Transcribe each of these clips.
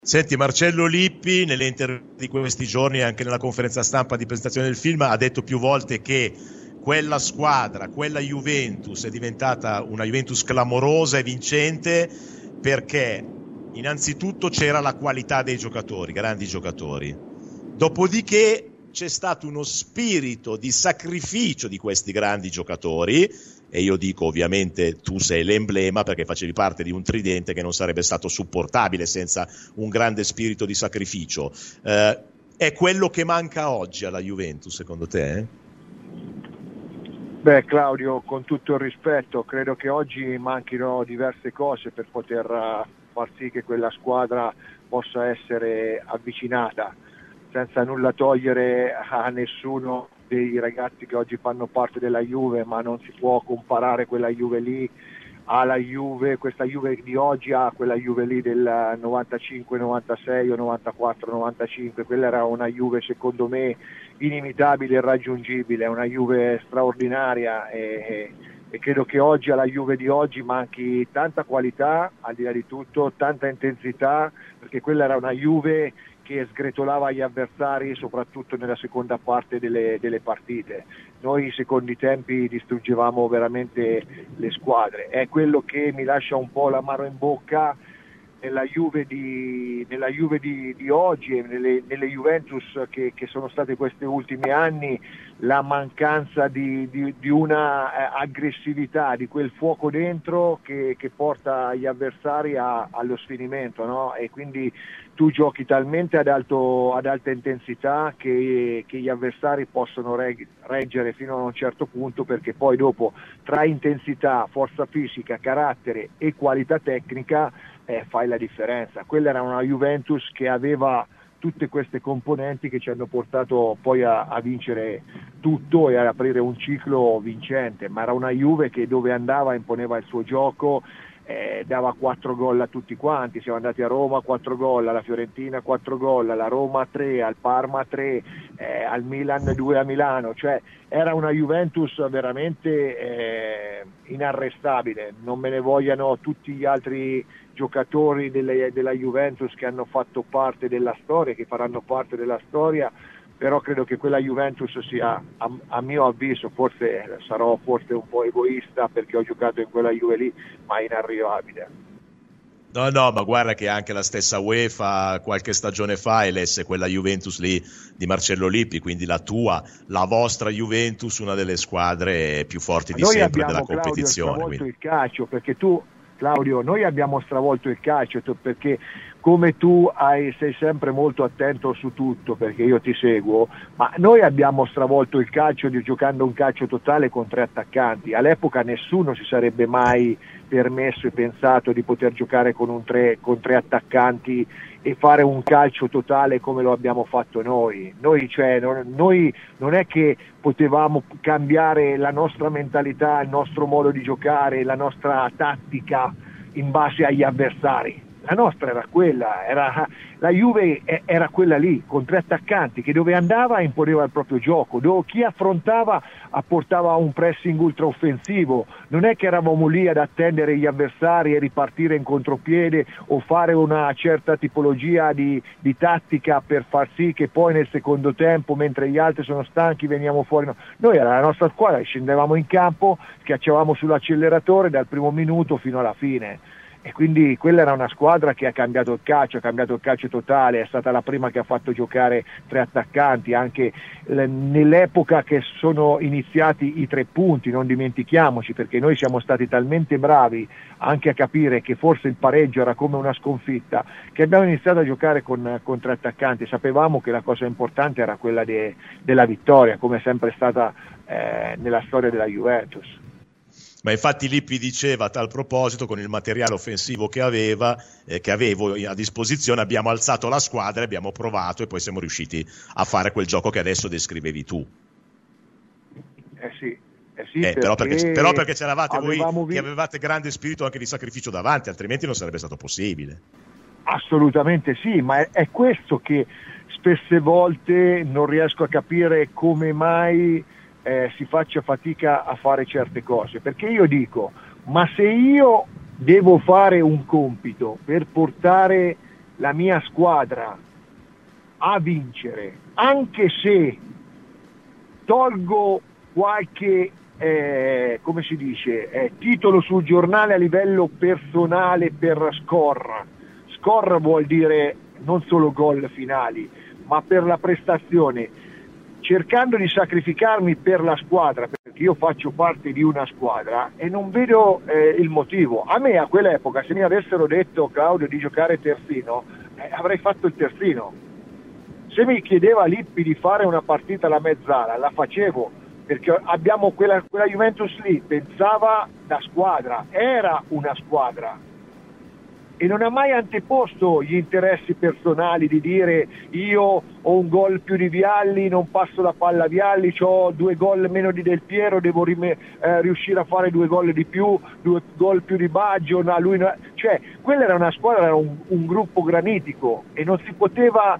Senti, Marcello Lippi nelle interviste di questi giorni e anche nella conferenza stampa di presentazione del film ha detto più volte che quella squadra, quella Juventus è diventata una Juventus clamorosa e vincente perché innanzitutto c'era la qualità dei giocatori, grandi giocatori. Dopodiché c'è stato uno spirito di sacrificio di questi grandi giocatori, e io dico ovviamente tu sei l'emblema perché facevi parte di un tridente che non sarebbe stato supportabile senza un grande spirito di sacrificio. È quello che manca oggi alla Juventus, secondo te? Beh, Claudio, con tutto il rispetto, credo che oggi manchino diverse cose per poter far sì che quella squadra possa essere avvicinata, senza nulla togliere a nessuno dei ragazzi che oggi fanno parte della Juve, ma non si può comparare quella Juve lì alla Juve, questa Juve di oggi a quella Juve lì del 95, 96 o 94, 95. Quella era una Juve secondo me inimitabile e irraggiungibile, una Juve straordinaria e credo che oggi alla Juve di oggi manchi tanta qualità, al di là di tutto, tanta intensità, perché quella era una Juve che sgretolava gli avversari soprattutto nella seconda parte delle partite. Noi i secondi tempi distruggevamo veramente le squadre. È quello che mi lascia un po' l'amaro in bocca nella Juve di oggi e nelle Juventus che sono state questi ultimi anni, la mancanza di una aggressività, di quel fuoco dentro che porta gli avversari allo sfinimento, no? E quindi tu giochi talmente ad alta intensità che gli avversari possono reggere fino a un certo punto, perché poi dopo tra intensità, forza fisica, carattere e qualità tecnica fai la differenza. Quella era una Juventus che aveva tutte queste componenti che ci hanno portato poi a vincere tutto e ad aprire un ciclo vincente, ma era una Juve che dove andava imponeva il suo gioco, dava 4 gol a tutti quanti. Siamo andati a Roma 4 gol, alla Fiorentina 4 gol, alla Roma 3, al Parma 3, al Milan 2 a Milano, cioè era una Juventus veramente inarrestabile. Non me ne vogliano tutti gli altri giocatori della Juventus che hanno fatto parte della storia, che faranno parte della storia, però credo che quella Juventus sia, a mio avviso, sarò forse un po' egoista perché ho giocato in quella Juve lì, ma inarrivabile. No, ma guarda che anche la stessa UEFA qualche stagione fa elesse quella Juventus lì di Marcello Lippi, quindi la vostra Juventus, una delle squadre più forti di sempre della competizione. Noi abbiamo, Claudio, stravolto il calcio, perché tu, Claudio, noi abbiamo stravolto il calcio, perché come tu sei sempre molto attento su tutto, perché io ti seguo, ma noi abbiamo stravolto il calcio giocando un calcio totale con 3 attaccanti. All'epoca nessuno si sarebbe mai permesso e pensato di poter giocare con 3 attaccanti e fare un calcio totale come lo abbiamo fatto noi. Noi non è che potevamo cambiare la nostra mentalità, il nostro modo di giocare, la nostra tattica in base agli avversari. La nostra era quella, la Juve era quella lì, con 3 attaccanti, che dove andava imponeva il proprio gioco, chi affrontava apportava un pressing ultra offensivo. Non è che eravamo lì ad attendere gli avversari e ripartire in contropiede o fare una certa tipologia di tattica per far sì che poi nel secondo tempo, mentre gli altri sono stanchi, veniamo fuori. No. Noi era la nostra squadra, scendevamo in campo, schiacciavamo sull'acceleratore dal primo minuto fino alla fine. E quindi quella era una squadra che ha cambiato il calcio totale, è stata la prima che ha fatto giocare 3 attaccanti, anche nell'epoca che sono iniziati i 3 punti, non dimentichiamoci, perché noi siamo stati talmente bravi anche a capire che forse il pareggio era come una sconfitta, che abbiamo iniziato a giocare con 3 attaccanti. Sapevamo che la cosa importante era quella della vittoria, come è sempre stata nella storia della Juventus. Ma infatti Lippi diceva a tal proposito, con il materiale offensivo che avevo a disposizione, abbiamo alzato la squadra, abbiamo provato e poi siamo riusciti a fare quel gioco che adesso descrivevi tu. Sì, però perché c'eravate voi che avevate grande spirito anche di sacrificio davanti, altrimenti non sarebbe stato possibile. Assolutamente sì, ma è questo che spesse volte non riesco a capire come mai si faccia fatica a fare certe cose, perché io dico, ma se io devo fare un compito per portare la mia squadra a vincere, anche se tolgo qualche come si dice, titolo sul giornale a livello personale per score vuol dire non solo gol finali, ma per la prestazione, cercando di sacrificarmi per la squadra, perché io faccio parte di una squadra e non vedo il motivo. A me a quell'epoca, se mi avessero detto, Claudio, di giocare terzino, avrei fatto il terzino. Se mi chiedeva Lippi di fare una partita alla mezzala, la facevo, perché abbiamo quella Juventus lì, pensava da squadra, era una squadra e non ha mai anteposto gli interessi personali di dire io ho un gol più di Vialli, non passo la palla a Vialli, ho 2 gol meno di Del Piero, devo riuscire a fare 2 gol di più, 2 gol più di Baggio, cioè quella era una squadra, era un gruppo granitico e non si poteva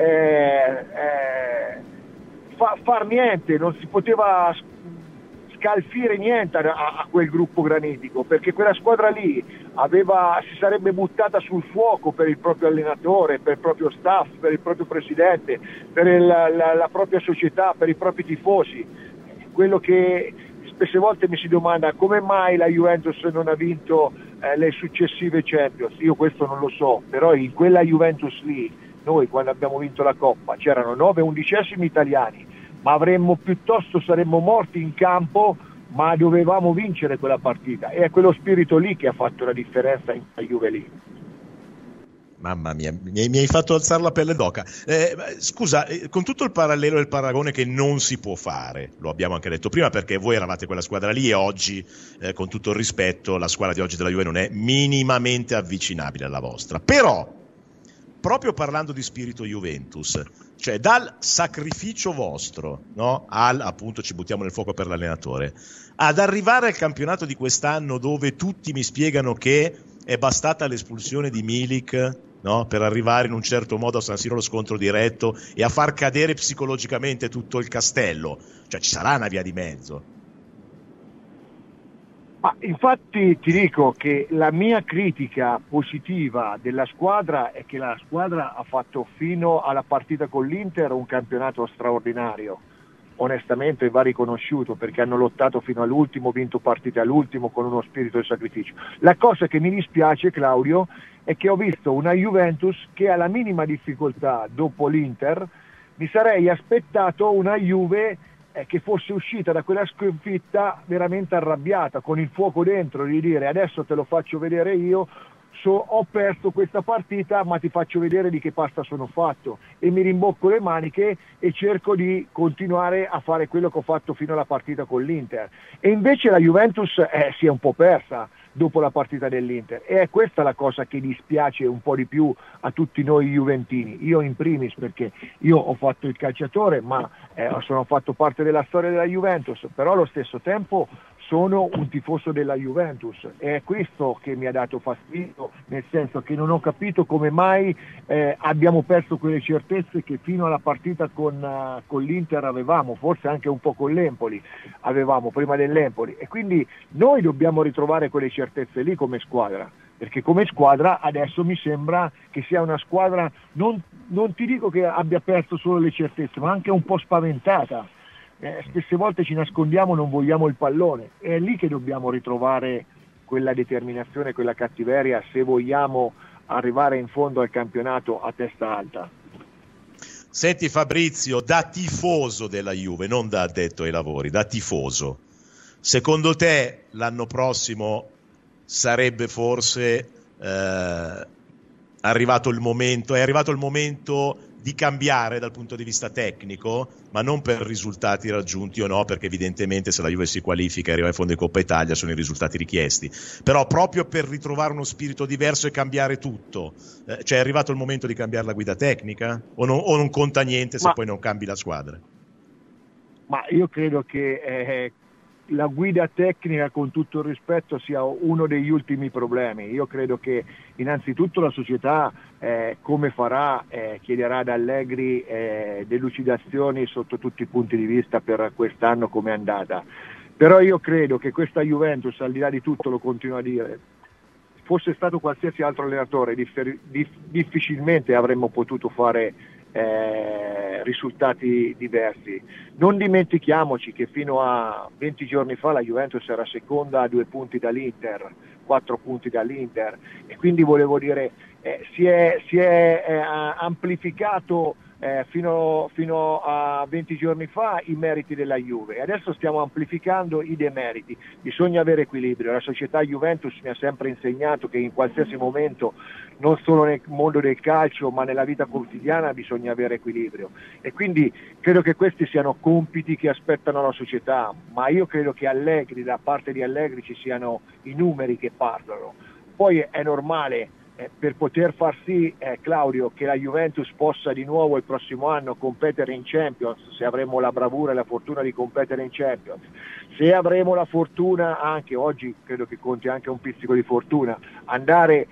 far niente, non si poteva scalfire niente a quel gruppo granitico, perché quella squadra lì si sarebbe buttata sul fuoco per il proprio allenatore, per il proprio staff, per il proprio presidente, per la propria società, per i propri tifosi. Quello che spesse volte mi si domanda: come mai la Juventus non ha vinto le successive Champions? Io questo non lo so, però in quella Juventus lì, noi quando abbiamo vinto la Coppa c'erano 9 undicesimi italiani, ma saremmo morti in campo, ma dovevamo vincere quella partita, e è quello spirito lì che ha fatto la differenza in quella Juve lì. Mamma mia, mi hai fatto alzare la pelle d'oca. Scusa, con tutto il parallelo e il paragone che non si può fare, lo abbiamo anche detto prima, perché voi eravate quella squadra lì e oggi, con tutto il rispetto, la squadra di oggi della Juve non è minimamente avvicinabile alla vostra. Però, proprio parlando di spirito Juventus, cioè dal sacrificio vostro, no? Appunto ci buttiamo nel fuoco per l'allenatore, ad arrivare al campionato di quest'anno dove tutti mi spiegano che è bastata l'espulsione di Milik, no? Per arrivare in un certo modo a San Siro allo scontro diretto e a far cadere psicologicamente tutto il castello, cioè ci sarà una via di mezzo. Ma infatti ti dico che la mia critica positiva della squadra è che la squadra ha fatto fino alla partita con l'Inter un campionato straordinario, onestamente va riconosciuto, perché hanno lottato fino all'ultimo, vinto partite all'ultimo con uno spirito di sacrificio. La cosa che mi dispiace, Claudio, è che ho visto una Juventus che alla minima difficoltà dopo l'Inter mi sarei aspettato una Juve che fosse uscita da quella sconfitta veramente arrabbiata, con il fuoco dentro, di dire adesso te lo faccio vedere io, ho perso questa partita ma ti faccio vedere di che pasta sono fatto, e mi rimbocco le maniche e cerco di continuare a fare quello che ho fatto fino alla partita con l'Inter. E invece la Juventus si è un po' persa dopo la partita dell'Inter, e è questa la cosa che dispiace un po' di più a tutti noi juventini, io in primis, perché io ho fatto il calciatore ma sono fatto parte della storia della Juventus, però allo stesso tempo sono un tifoso della Juventus, e è questo che mi ha dato fastidio, nel senso che non ho capito come mai abbiamo perso quelle certezze che fino alla partita con l'Inter avevamo, forse anche un po' con l'Empoli avevamo prima dell'Empoli, e quindi noi dobbiamo ritrovare quelle certezze lì come squadra, perché come squadra adesso mi sembra che sia una squadra, non ti dico che abbia perso solo le certezze, ma anche un po' spaventata. Spesse volte ci nascondiamo, non vogliamo il pallone, è lì che dobbiamo ritrovare quella determinazione, quella cattiveria, se vogliamo arrivare in fondo al campionato a testa alta. Senti Fabrizio, da tifoso della Juve, non da addetto ai lavori, da tifoso, secondo te l'anno prossimo sarebbe forse arrivato il momento di cambiare dal punto di vista tecnico, ma non per risultati raggiunti o no, perché evidentemente se la Juve si qualifica e arriva in fondo in Coppa Italia sono i risultati richiesti, però proprio per ritrovare uno spirito diverso e cambiare tutto, cioè è arrivato il momento di cambiare la guida tecnica o non conta niente se poi non cambi la squadra? Ma io credo che la guida tecnica, con tutto il rispetto, sia uno degli ultimi problemi. Io credo che innanzitutto la società come farà, chiederà ad Allegri delucidazioni sotto tutti i punti di vista per quest'anno come è andata, però io credo che questa Juventus, al di là di tutto, lo continuo a dire, fosse stato qualsiasi altro allenatore difficilmente avremmo potuto fare risultati diversi. Non dimentichiamoci che fino a 20 giorni fa la Juventus era seconda a 2 punti dall'Inter, 4 punti dall'Inter, e quindi volevo dire si è amplificato fino a 20 giorni fa i meriti della Juve, adesso stiamo amplificando i demeriti. Bisogna avere equilibrio. La società Juventus mi ha sempre insegnato che in qualsiasi momento, non solo nel mondo del calcio ma nella vita quotidiana, bisogna avere equilibrio, e quindi credo che questi siano compiti che aspettano la società, ma io credo che Allegri, da parte di Allegri ci siano i numeri che parlano. Poi è normale, per poter far sì, Claudio, che la Juventus possa di nuovo il prossimo anno competere in Champions, se avremo la bravura e la fortuna di competere in Champions, se avremo la fortuna, anche oggi credo che conti anche un pizzico di fortuna, andare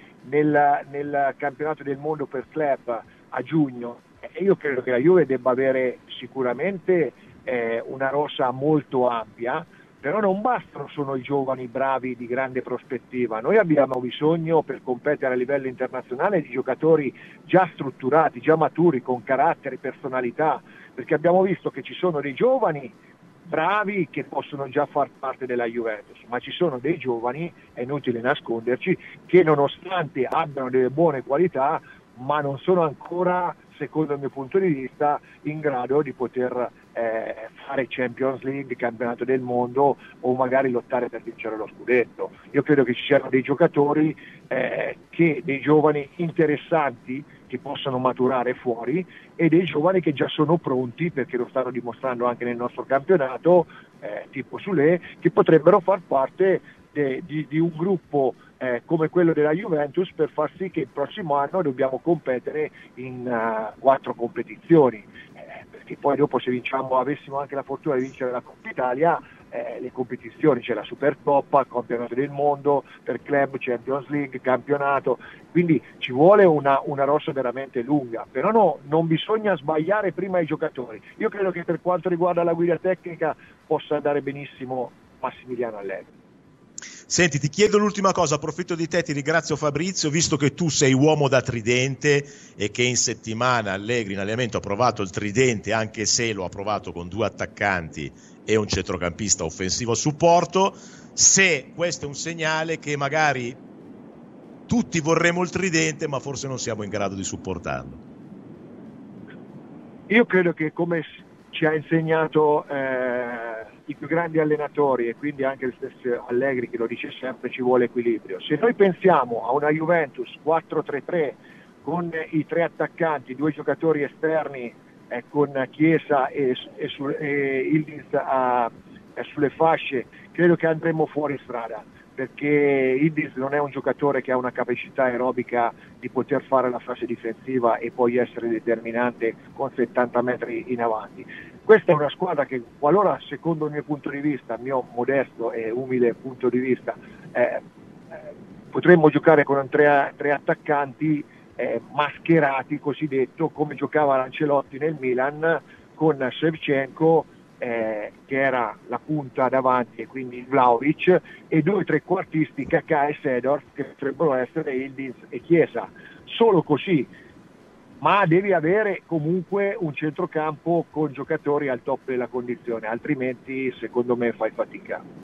nel campionato del mondo per club a giugno, io credo che la Juve debba avere sicuramente una rosa molto ampia. Però non bastano solo i giovani bravi di grande prospettiva, noi abbiamo bisogno, per competere a livello internazionale, di giocatori già strutturati, già maturi, con carattere, personalità, perché abbiamo visto che ci sono dei giovani bravi che possono già far parte della Juventus, ma ci sono dei giovani, è inutile nasconderci, che nonostante abbiano delle buone qualità, ma non sono ancora, secondo il mio punto di vista, in grado di poter fare Champions League, campionato del mondo, o magari lottare per vincere lo scudetto. Io credo che ci siano dei giocatori, dei giovani interessanti che possano maturare fuori, e dei giovani che già sono pronti, perché lo stanno dimostrando anche nel nostro campionato, tipo Sule, che potrebbero far parte di un gruppo come quello della Juventus, per far sì che il prossimo anno dobbiamo competere in 4 competizioni, perché poi dopo, se avessimo anche la fortuna di vincere la Coppa Italia, le competizioni, c'è la Supercoppa, il campionato del mondo per club, Champions League, campionato, quindi ci vuole una rosa veramente lunga, però no, non bisogna sbagliare prima i giocatori. Io credo che per quanto riguarda la guida tecnica possa andare benissimo Massimiliano Allegri. Senti, ti chiedo l'ultima cosa, approfitto di te, ti ringrazio Fabrizio, visto che tu sei uomo da tridente e che in settimana Allegri in allenamento ha provato il tridente, anche se lo ha provato con 2 attaccanti e un centrocampista offensivo a supporto, se questo è un segnale che magari tutti vorremmo il tridente ma forse non siamo in grado di supportarlo. Io credo che, come ci ha insegnato i più grandi allenatori, e quindi anche il stesso Allegri che lo dice sempre, ci vuole equilibrio. Se noi pensiamo a una Juventus 4-3-3 con i 3 attaccanti, 2 giocatori esterni, con Chiesa e Yildiz sulle fasce, credo che andremo fuori strada, perché Yildiz non è un giocatore che ha una capacità aerobica di poter fare la fase difensiva e poi essere determinante con 70 metri in avanti. Questa è una squadra che, qualora, secondo il mio punto di vista, il mio modesto e umile punto di vista, potremmo giocare con 3 attaccanti mascherati, cosiddetto, come giocava Ancelotti nel Milan, con Ševčenko, che era la punta davanti, e quindi Vlahovic, e 2 trequartisti, Kaká e Seedorf, che potrebbero essere Yildiz e Chiesa. Solo così, ma devi avere comunque un centrocampo con giocatori al top della condizione, altrimenti secondo me fai fatica.